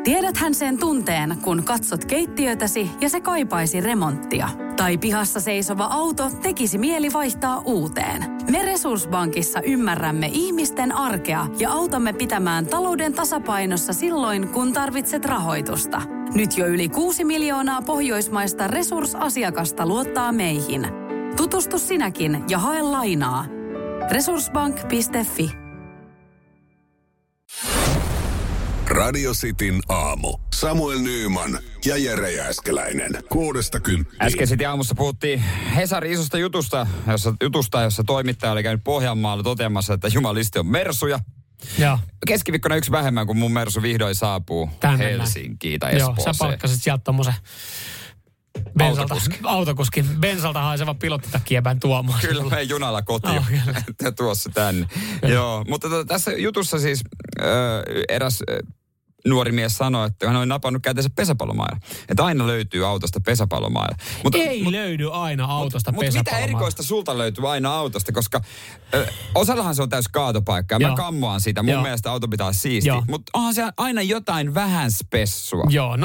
Tiedäthän sen tunteen, kun katsot keittiötäsi ja se kaipaisi remonttia. Tai pihassa seisova auto tekisi mieli vaihtaa uuteen. Me Resurssbankissa ymmärrämme ihmisten arkea ja autamme pitämään talouden tasapainossa silloin, kun tarvitset rahoitusta. Nyt jo yli 6 miljoonaa pohjoismaista resursasiakasta luottaa meihin. Tutustu sinäkin ja hae lainaa. Resurssbank.fi. Radio Cityn aamu. Samuel Nyyman ja Jere Jääskeläinen. 6–10. Äsken sitten aamussa puhuttiin Hesarin isosta jutusta, jossa toimittaja oli käynyt Pohjanmaalla toteamassa, että jumalisti on mersuja. Joo. Keskiviikkona yksi vähemmän, kun mun mersu vihdoin saapuu Helsinkiin tai Espooseen. Joo, sä palkkasit sieltä tommosen autokuskin bensalta haiseva pilottitakkiepän tuomaan. Kyllä, menen junalla kotiin ja tuossa tänne. Joo, mutta tässä jutussa siis eräs nuori mies sanoi, että hän oli napannut kätensä pesäpallomailla. Että aina löytyy autosta pesäpallomailla. Ei löydy aina autosta pesäpallomailla. Mutta mitä erikoista sulta löytyy aina autosta? Koska osallahan se on täys kaatopaikka. Ja mä kammoan siitä. Mun mielestä auto pitää olla siisti. Mutta onhan se aina jotain vähän spessua. Joo, 044-725-5854.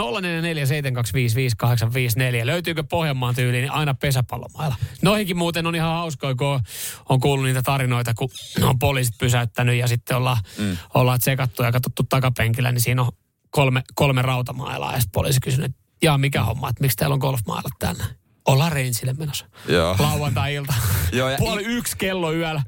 Löytyykö Pohjanmaan tyyliin niin aina pesäpallomailla? Noihinkin muuten on ihan hauskoja, kun on kuullut niitä tarinoita, kun on poliisit pysäyttänyt ja sitten ollaan tsekattu ja katsottu takapenkillä, niin siinä on kolme rautamailaa. Ja sitten poliisi kysynyt, että mikä homma, että miksi teillä on golfmailat tänne? Ollaan Reinsille menossa. Joo. Lauantai-ilta. Joo, 12:30 kello yöllä.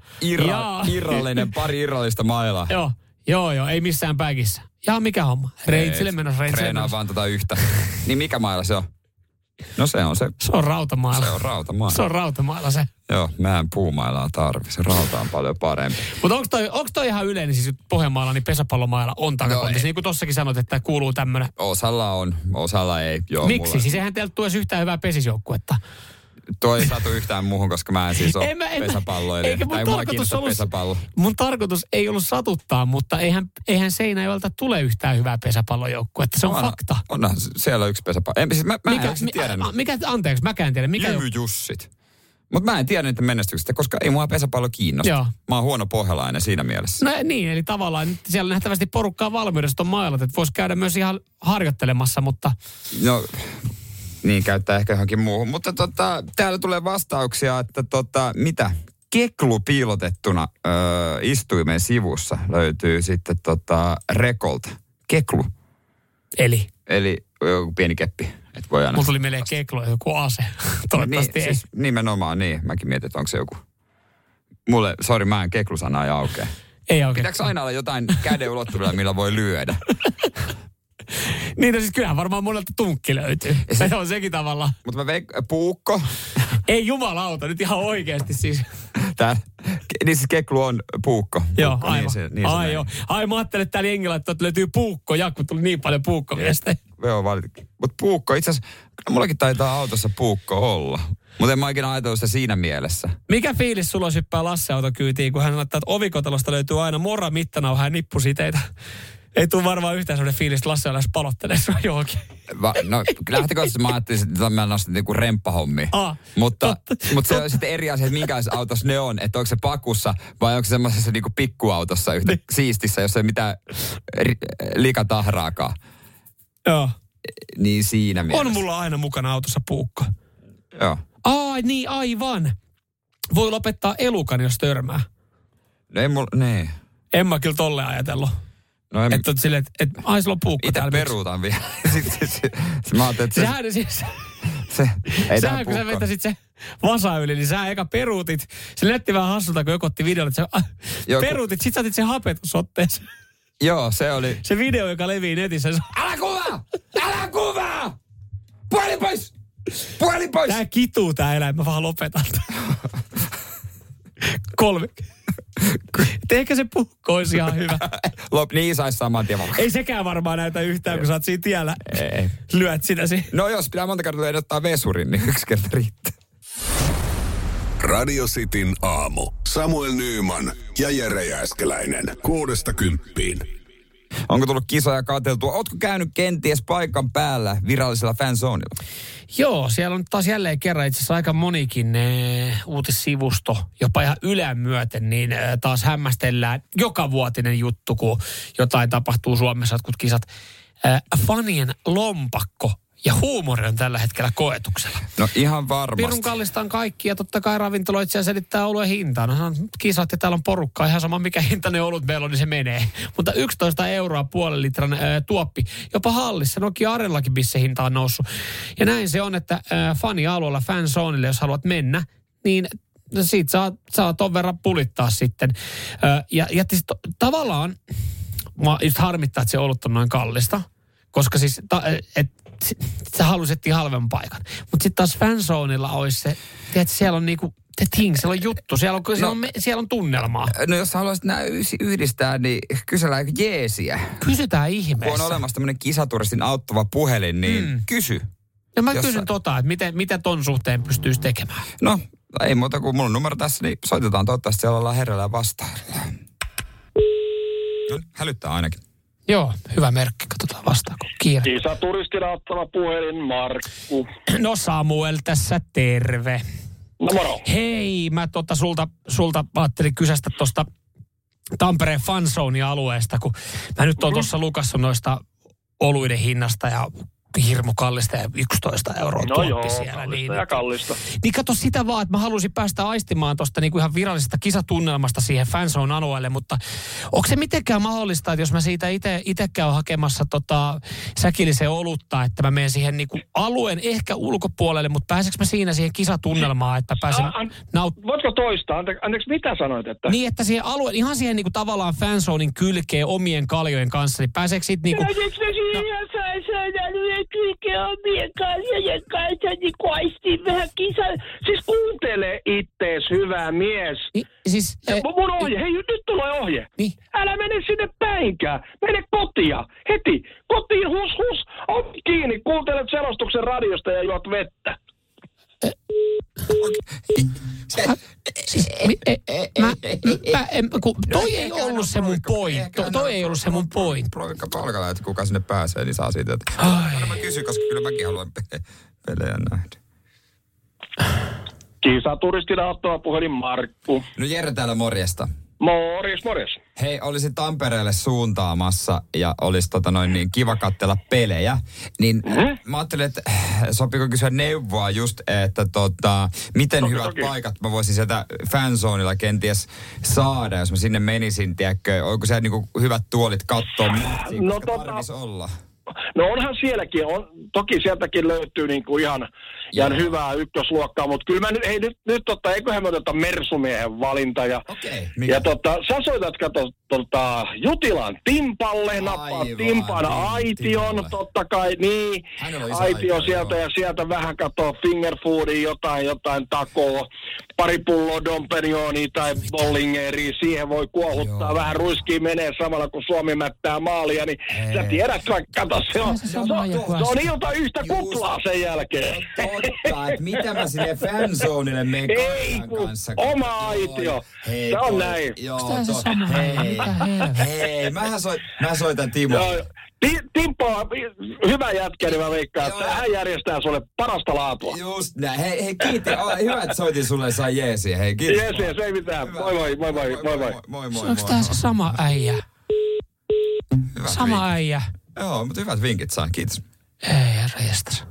Pari irrallista mailaa. Joo, ei missään päkissä. Mikä homma? Reinsille menossa. Treenaa vaan yhtä. Niin mikä mailla se on? No se on se. Se on rautamailla. Se on rautamailla se. Joo, mä en puumailaa tarvi. Se rauta on paljon parempi. Mutta onko toi ihan yleinen siis Pohjanmaalla, niin pesäpallomailla on takakontissa? Niin kuin tossakin sanoit, että kuuluu tämmönen. Osalla on, osalla ei. Joo, miksi? Mulla. Siis eihän teiltä tule yhtään hyvää pesisjoukkuetta. Toi ei satu yhtään muuhun, koska mä en siis ole pesäpalloilija. Tai mua kiinnostaa pesäpallo. Mun tarkoitus ei ollut satuttaa, mutta eihän Seinäjoelta tule yhtään hyvää pesäpallojoukkuetta. Se on fakta. Onhan siellä yksi pesäpallo. Siis mä en tiedä. Anteeksi, mäkään en tiedä. Jussit. Mutta mä en tiedä niiden menestyksestä, koska ei mua pesäpallo kiinnosta. Joo. Mä oon huono pohjalainen siinä mielessä. No niin, eli tavallaan siellä nähtävästi porukkaa valmiudesta on mailat, että voisi käydä myös ihan harjoittelemassa, mutta... No, niin käyttää ehkä johonkin muuhun. Mutta täällä tulee vastauksia, että mitä? Keklu piilotettuna istuimen sivussa löytyy sitten Rekolta. Keklu. Eli joku pieni keppi. Mulla tuli mieleen keklo, joku ase. Toivottavasti niin, ei. Siis nimenomaan niin. Mäkin mietin, että onko se joku. Mä en keklusanaa ei aukea. Ei aukea. Pitääkö aina olla jotain käden ulottuvilla, millä voi lyödä? Niin, no siis kyllähän varmaan monelta tunkki löytyy. Se on sekin tavallaan. Mutta puukko. Ei jumalauta, nyt ihan oikeasti siis. Niin siis keklu on puukko. Joo, aivan. Ai mä ajattelin, että täällä jengillä, että löytyy puukko, kun tuli niin paljon puukkoviestejä. Joo, mutta puukko, itse asiassa, mullakin taitaa autossa puukko olla. Mutta en mä ikinä ajatellut sitä siinä mielessä. Mikä fiilis sulla syppää Lasse autokyytiin, kun hän sanoo, että ovikotalosta löytyy aina morra, mittanauha ja nippusiteitä? Ei tule varmaan yhtään sellainen fiilis, että Lasse olisi palottelee sua johonkin. No lähtökohtaisesti mä ajattelin, että mä nostin niinku remppahommi. Mutta se on sitten eri asia, että minkälaisessa autossa ne on. Että onko se pakussa vai onko se semmoisessa niinku pikkuautossa yhtä siistissä, jossa ei mitään likatahraakaan. Joo. Niin siinä mielessä. On mulla aina mukana autossa puukko. Joo. Niin aivan. Voi lopettaa elukan, jos törmää. No ei mulla, niin. En mä kyllä tolle ajatellut. No että silleen, että sulla on puukko täällä. Itse peruutan vielä. Mä ajattelin, että sehän siis... Sähän kun sä vetäsit se vasa yli, niin sä eka peruutit. Se näytti vähän hassulta, kun joku otti videolle, että sä peruutit, sit sä otit sen hapetusotteeseen. Joo, se oli... Se video, joka levii netissä. Älä kuvaa! Puoli pois! Tää kituu tää eläin, mä vaan lopetan. 3. Ehkä se puukko olisi ihan hyvä. Niin sais saman tien. Ei sekään varmaan näytä yhtään, kun sä oot siinä tiellä. Lyöt sitä siinä. No jos pitää monta kertaa ehdottaa vesurin, niin 1 kerta riittää. Radio Cityn aamu. Samuel Nyyman ja Jere Jääskeläinen. 6–10. Onko tullut kisoja katseltua? Ootko käynyt kenties paikan päällä virallisella fanzoneilla? Joo, siellä on taas jälleen kerran itse asiassa aika monikin uutissivusto, jopa ihan Ylen myöten, niin taas hämmästellään jokavuotinen juttu, kun jotain tapahtuu Suomessa, jotkut kisat. fanien lompakko ja huumori on tällä hetkellä koetuksella. No ihan varmasti. Pirun kallista on kaikki ja totta kai ravintoloitsija selittää oluen hintaa. No on kisat ja täällä on porukkaa. Ihan sama mikä hinta ne olut meillä on, niin se menee. Mutta 11 € puolen litran tuoppi. Jopa hallissa. Nokia Arellakin missä hinta on noussut. Ja näin se on, että fani-alueella fanzoneille, jos haluat mennä, niin siitä saa ton verran pulittaa sitten. Ja tavallaan mua just harmittaa, että se olut on noin kallista. Koska siis, sä halusit halvemman paikan. Mutta sitten taas fanzoneilla olisi se, tiedätkö, siellä on niinku, siellä on juttu, siellä on tunnelmaa. No jos haluaisit nämä yhdistää, niin kysellään jeesiä. Kysytään ihmeessä. Kun on olemassa tämmöinen kisaturistin auttava puhelin, niin kysy. Ja mä kysyn että mitä ton suhteen pystyisi tekemään. No, ei muuta kuin mulla on numero tässä, niin soitetaan toivottavasti siellä ollaan hereillä ja vastaillaan. No, hälyttää ainakin. Joo, hyvä merkki. Katsotaan vastaako. Kiire. Kisaturistin auttava puhelin, Markku. No Samuel tässä, terve. No moro. Hei, mä sulta ajattelin kysästä tuosta Tampereen fanzone-alueesta, kun mä nyt oon tuossa lukassut noista oluiden hinnasta ja hirmu kallista ja 11 € tuoppi siellä. Kallista niin, ja kallista. Niin kato sitä vaan, että mä halusin päästä aistimaan tuosta niinku ihan virallisesta kisatunnelmasta siihen fanzone-alueelle, mutta onko se mitenkään mahdollista, että jos mä siitä itse käyn hakemassa säkillisen olutta, että mä menen siihen niinku alueen ehkä ulkopuolelle, mutta pääseekö mä siinä siihen kisatunnelmaan, että mä pääsen Voitko toistaa? Anteeksi, mitä sanoit? Että... Niin, että siihen alueen, ihan siihen niinku tavallaan fanzonein kylkeen omien kaljojen kanssa, niin pääseekö siitä niinku... Kylkeä omien kaljojen kanssa, niin koistin vähän kisaa. Siis kuuntele ittees, hyvä mies. Siis... Mun ohje, hei nyt tulee ohje. Niin. Älä mene sinne päinkään. Mene kotia. Heti. Kotiin hus. Ot kiinni. Kuuntelet selostuksen radiosta ja juot vettä. Toi ei ollut se mun point. Toi ei ollut se mun point. Palkalla, että kuka sinne pääsee, niin saa siitä. Mä kysyn, koska kyllä mäkin haluan pelejä nähdä. Kisaturistin auttava puhelin, Markku. No Jere täällä, morjesta. Morjes. Hei, olisin Tampereelle suuntaamassa ja olisi niin kiva katsella pelejä. Niin mä ajattelin, että sopiko kysyä neuvoa just, että miten hyvät paikat mä voisin sieltä fanzoneilla kenties saada, jos mä sinne menisin, tiedätkö, oliko siellä niinku hyvät tuolit katsoa, koska tarvitsisi olla? No onhan sielläkin, toki sieltäkin löytyy niinku ihan hyvää ykkösluokkaa, mutta kyllä mä nyt eiköhän me oteta Mersumiehen valinta ja sä soitat Jutilan Timpalle, nappaat Timpan Aition, totta kai, niin, Aitio sieltä ja sieltä vähän katoo fingerfoodin, jotain takoa, pari pulloa Dom Perignonia tai Bollingeria, siihen voi kuohuttaa, vähän ruiskiin menee samalla kun Suomi mättää maalia, niin sä tiedät, kato, se on ilta yhtä kuplaa sen jälkeen. Totta, että mitä mä sinne fanzoneille menen kanssa. Oma Aitio, se on näin. Hei, mä soitan Timo. Timpo on hyvä jätkä, niin mä veikkaan, että hän järjestää sulle parasta laatua. Just näin. Hei kiitos. Hyvä, että soitin sulle ja sai jeesiä. Hei, kiitos. Jeesiä, se ei mitään. Moi. Onko tää se sama äijä? Sama äijä. Joo, mutta hyvät vinkit sain. Kiitos. Ei, herranjestas.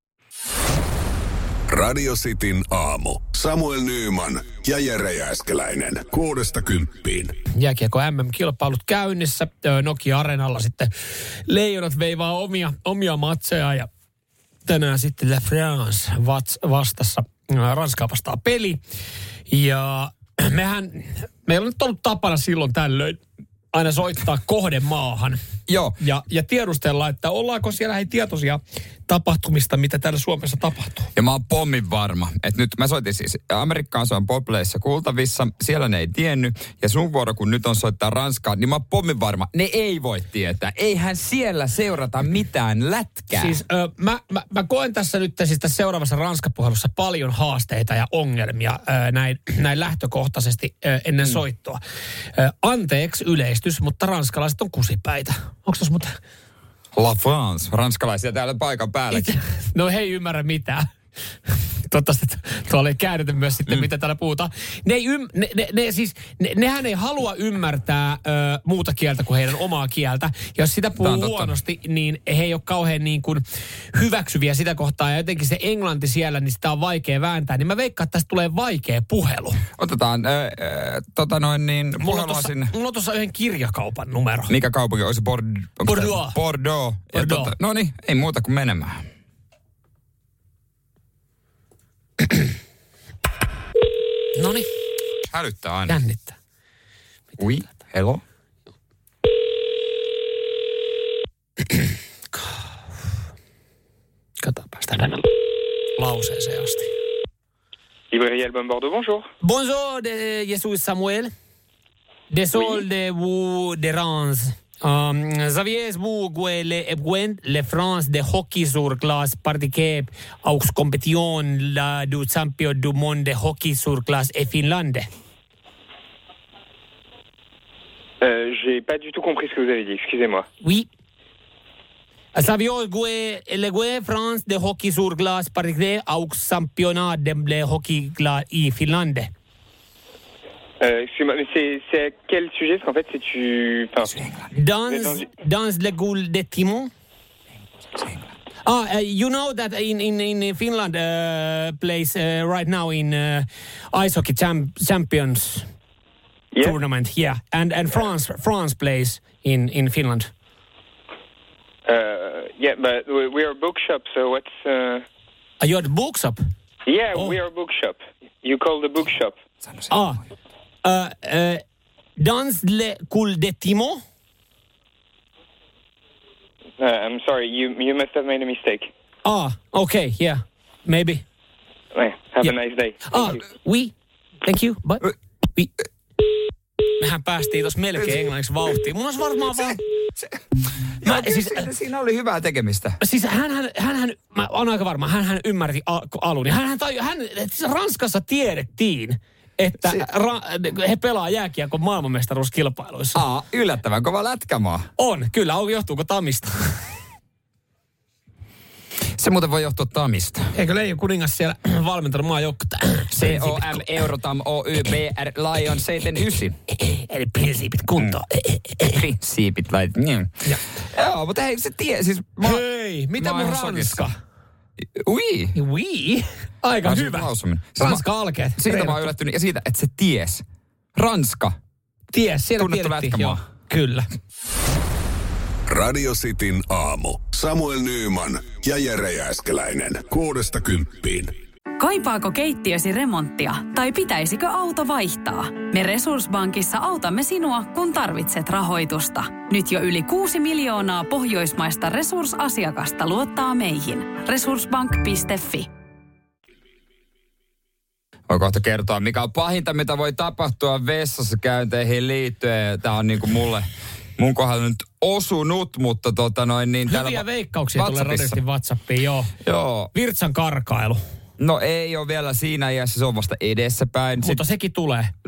Radio Cityn aamu. Samuel Nyyman ja Jere Jääskeläinen. 6–10. Jääkiekko MM-kilpailut käynnissä. Nokia Arenalla sitten Leijonat veivaa omia matseja ja tänään sitten La France vastassa. Ranskaa vastaa peli. Ja meillä on nyt ollut tapana silloin tällöin aina soittaa kohdemaahan. Joo. Ja tiedustella, että ollaanko siellä tietoisia tapahtumista, mitä täällä Suomessa tapahtuu. Ja mä oon pommin varma, että nyt mä soitin siis Amerikkaan, se on Popleissa kuultavissa, siellä ne ei tiennyt. Ja sun vuoro, kun nyt on soittaa Ranskaan, niin mä oon pommin varma, ne ei voi tietää. Eihän siellä seurata mitään lätkää. Siis mä koen tässä nyt siis tässä seuraavassa Ranska-puhelussa paljon haasteita ja ongelmia näin lähtökohtaisesti ennen soittoa. Anteeksi yleistys, mutta ranskalaiset on kusipäitä. Onko tuossa muuten? La France, ranskalaisia täällä paikan päälläkin. No he ei ymmärrä mitään. Toivottavasti tuolla ei käännetä myös sitten, mitä täällä puhutaan. Nehän ei halua ymmärtää muuta kieltä kuin heidän omaa kieltä. Ja jos sitä puhuu huonosti, niin he ei ole kauhean niin kuin hyväksyviä sitä kohtaa. Ja jotenkin se englanti siellä, niin sitä on vaikea vääntää. Niin mä veikkaan, että tästä tulee vaikea puhelu. Otetaan puhelua sinne. Mulla on tuossa yhden kirjakaupan numero. Mikä kaupunki? Olisi Bordeaux. Bordeaux. No niin, ei muuta kuin menemään. Noniin. Hälyttää aina. Jännittää. Oui, hello. Katsotaan, päästään lauseeseen asti. Librairie Album Bordeaux, bonjour. Bonjour, je suis Samuel. Désolé de vous déranger. Saviez-vous que le France de hockey sur glace participe aux compétitions du champion du monde de hockey sur glace et Finlande? J'ai pas du tout compris ce que vous avez dit, excusez-moi. Oui. Saviez-vous que le France de hockey sur glace participe aux championnats de hockey glace et Finlande? Excuse-moi, mais c'est à quel sujet? Parce qu'en fait, c'est tu... Dans le goal de Timon? You know that in Finland plays right now in ice hockey champions tournament, yeah, and France plays in Finland. Yeah, but we are a bookshop, so what's... You're the bookshop? Yeah, we are a bookshop. You call the bookshop. Dans le goal de Timon? I'm sorry, you must have made a mistake. Okay, yeah, maybe. Have a nice day. Oui, thank you, but... Mehän päästiin tuossa melkein englanniksi vauhtiin. Mun olisi varmaan vaan... Siinä oli hyvää tekemistä. Siis mä oon aika varma, hän ymmärti alun. Ja Ranskassa tiedettiin, että he pelaa jääkiekon maailmanmestaruuskilpailuissa. Yllättävän kova lätkämaa. On, kyllä. Johtuuko Tamista? Se muuten voi johtua Tamista. Eikö Leijon kuningas siellä valmentanut maajoukkuetta? COM, Eurotam, Oy, BR, Lion 79. Eli prinsiipit kuntoon. Prinsiipit laitet. Joo, mutta hei, se siis... Hei, mitä mun Ranska? Oui. Oui? Aika hyvä. Ranska alkeet. Siitä mä oon yllättynyt. Ja siitä, että se ties. Ranska. Ties, siellä tiedettiin. Joo, kyllä. Radio Cityn aamu. Samuel Nyyman ja Jere Jääskeläinen. 6–10. Kaipaako keittiösi remonttia tai pitäisikö auto vaihtaa? Me Resurssbankissa autamme sinua, kun tarvitset rahoitusta. Nyt jo yli 6 miljoonaa pohjoismaista resursasiakasta luottaa meihin. Resurssbank.fi. Voin kohta kertoa, mikä on pahinta, mitä voi tapahtua vessassa käynteihin liittyen. Tämä on niinku mun kohdalla nyt osunut, mutta niin hyviä veikkauksia tulee radiosti WhatsAppiin, joo. Virtsan karkailu. No ei ole vielä siinä iässä, se on vasta edessäpäin. Mutta sekin tulee. 047255855.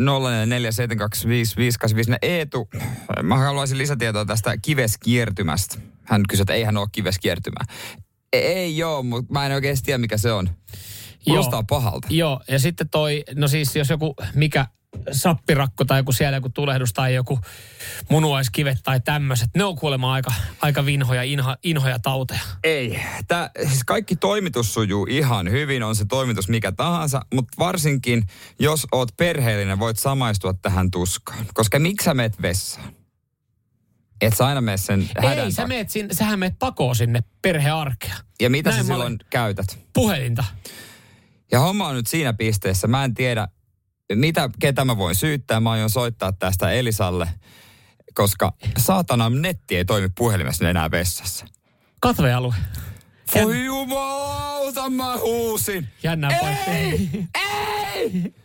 Eetu, mä haluaisin lisätietoa tästä kiveskiertymästä. Hän kysyi, että ei hän ole kiveskiertymää. Ei joo, mutta mä en oikein tiedä, mikä se on. Kuulostaa pahalta. Joo, ja sitten no siis jos joku, sappirakko tai joku siellä joku tulehdus tai joku munuaiskivet tai tämmöiset, ne on kuulemma aika vinhoja, inhoja tauteja. Ei. Siis kaikki toimitus sujuu ihan hyvin, on se toimitus mikä tahansa, mutta varsinkin jos oot perheellinen, voit samaistua tähän tuskaan. Koska miksi sä meet vessaan? Et sä aina mene sen hädän. Ei, sähän meet pakoon sinne perhearkea. Ja mitä sä silloin käytät? Puhelinta. Ja homma on nyt siinä pisteessä, mä en tiedä, ketä mä voin syyttää. Mä aion soittaa tästä Elisalle, koska saatana netti ei toimi puhelimessa enää vessassa. Katvealue. Voi jumalauta, mä huusin. Jännää paikkaa. Ei!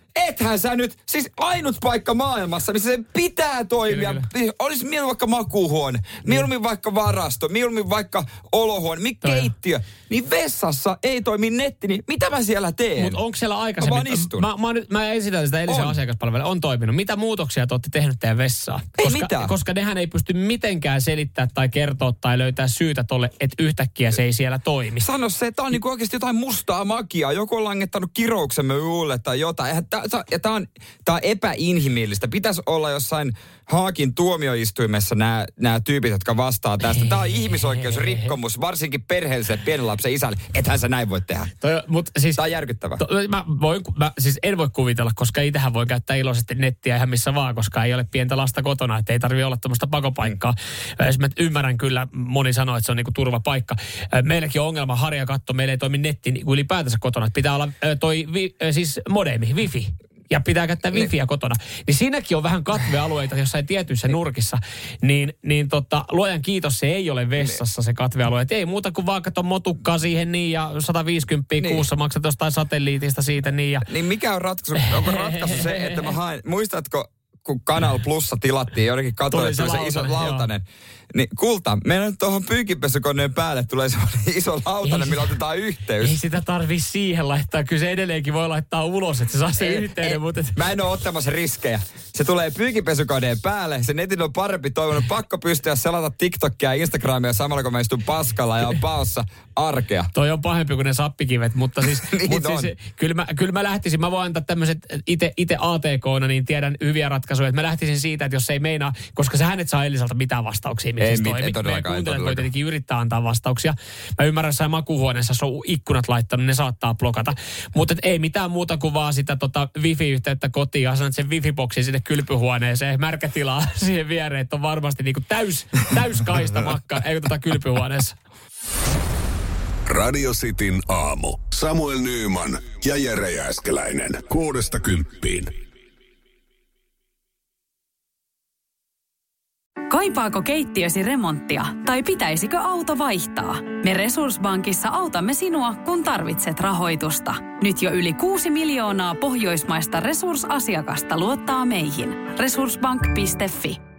ethän sä nyt, siis ainut paikka maailmassa, missä se pitää toimia. Kyllä. Olisi mieluummin vaikka makuuhuone, mieluummin vaikka varasto, mieluummin vaikka olohuone, keittiö. Niin vessassa ei toimi netti, niin mitä mä siellä teen? Mutta onko siellä aikaisemmin? Mä esitän sitä eilisen asiakaspalvelua. On toiminut. Mitä muutoksia te olette tehnyt teidän vessaan? Koska nehän ei pysty mitenkään selittämään tai kertoa tai löytää syytä tolle, että yhtäkkiä se ei siellä toimi. Sano se, että tää on niinku oikeasti jotain mustaa magiaa. Joku on langettanut kirouksemme uulle tai jotain. Tää on epäinhimillistä. Pitäisi olla jossain Haakin tuomioistuimessa nämä tyypit, jotka vastaa tästä. Tämä on ihmisoikeusrikkomus, varsinkin perheelliselle pienen lapsen isälle. Ethän sä näin voi tehdä. Tämä on järkyttävää. Mä en voi kuvitella, koska itsehän voi käyttää iloisesti nettiä ihan missä vaan, koska ei ole pientä lasta kotona, että ei tarvitse olla tämmöistä pakopaikkaa. Mä ymmärrän kyllä, moni sanoo, että se on niinku turvapaikka. Meilläkin on ongelma, Harja katto, meillä ei toimi netti niinku ylipäätänsä kotona. Että pitää olla siis modemi, wifi. Ja pitää käyttää wifiä kotona. Niin siinäkin on vähän katvealueita jossain tietyissä nurkissa. Luojan kiitos, se ei ole vessassa se katvealue. Et ei muuta kuin vaan kato motukkaa siihen niin ja 150 kuussa maksat jostain satelliitista siitä niin. Ja... Niin mikä on ratkaisu? Onko ratkaisu se, että mä haen, muistatko kun Kanal Plussa tilattiin jonnekin katolle, se iso lautanen. Niin kulta, meidän tuohon pyykinpesukoneen päälle tulee semmoinen iso lautanen, millä otetaan yhteys. Ei sitä tarvii siihen laittaa, kyllä se edelleenkin voi laittaa ulos, että se saa sen yhteyden. Mä en ole ottamassa riskejä. Se tulee pyykinpesukoneen päälle, se netin on parempi toivonut, pakko pystyä selata TikTokia ja Instagramia samalla kun mä istun paskalla ja on paossa arkea. Toi on pahempi kuin ne sappikivet, mutta siis, kyllä mä lähtisin, mä voin antaa tämmöiset itse ATK:na, niin tiedän hyviä ratkaisuja, että mä lähtisin siitä, että jos ei meinaa, koska sä hänet saa Elisalta mitään vastauksia. Meidän kuuntelijat voi tietenkin yrittää antaa vastauksia. Mä ymmärrän, että makuuhuoneessa, jos on ikkunat laittanut, ne saattaa blokata. Mutta ei mitään muuta kuin vaan sitä wifi-yhteyttä kotiin ja sanat sen wifi-boksiin sinne kylpyhuoneeseen. Märkätilaa siihen viereen, että on varmasti niinku täys kaista kylpyhuoneessa. Radio Cityn aamu. Samuel Nyyman ja Jere Jääskeläinen. 6–10. Kaipaako keittiösi remonttia tai pitäisikö auto vaihtaa? Me Resurssbankissa autamme sinua, kun tarvitset rahoitusta. Nyt jo yli 6 miljoonaa pohjoismaista resursasiakasta luottaa meihin. Resurssbank.fi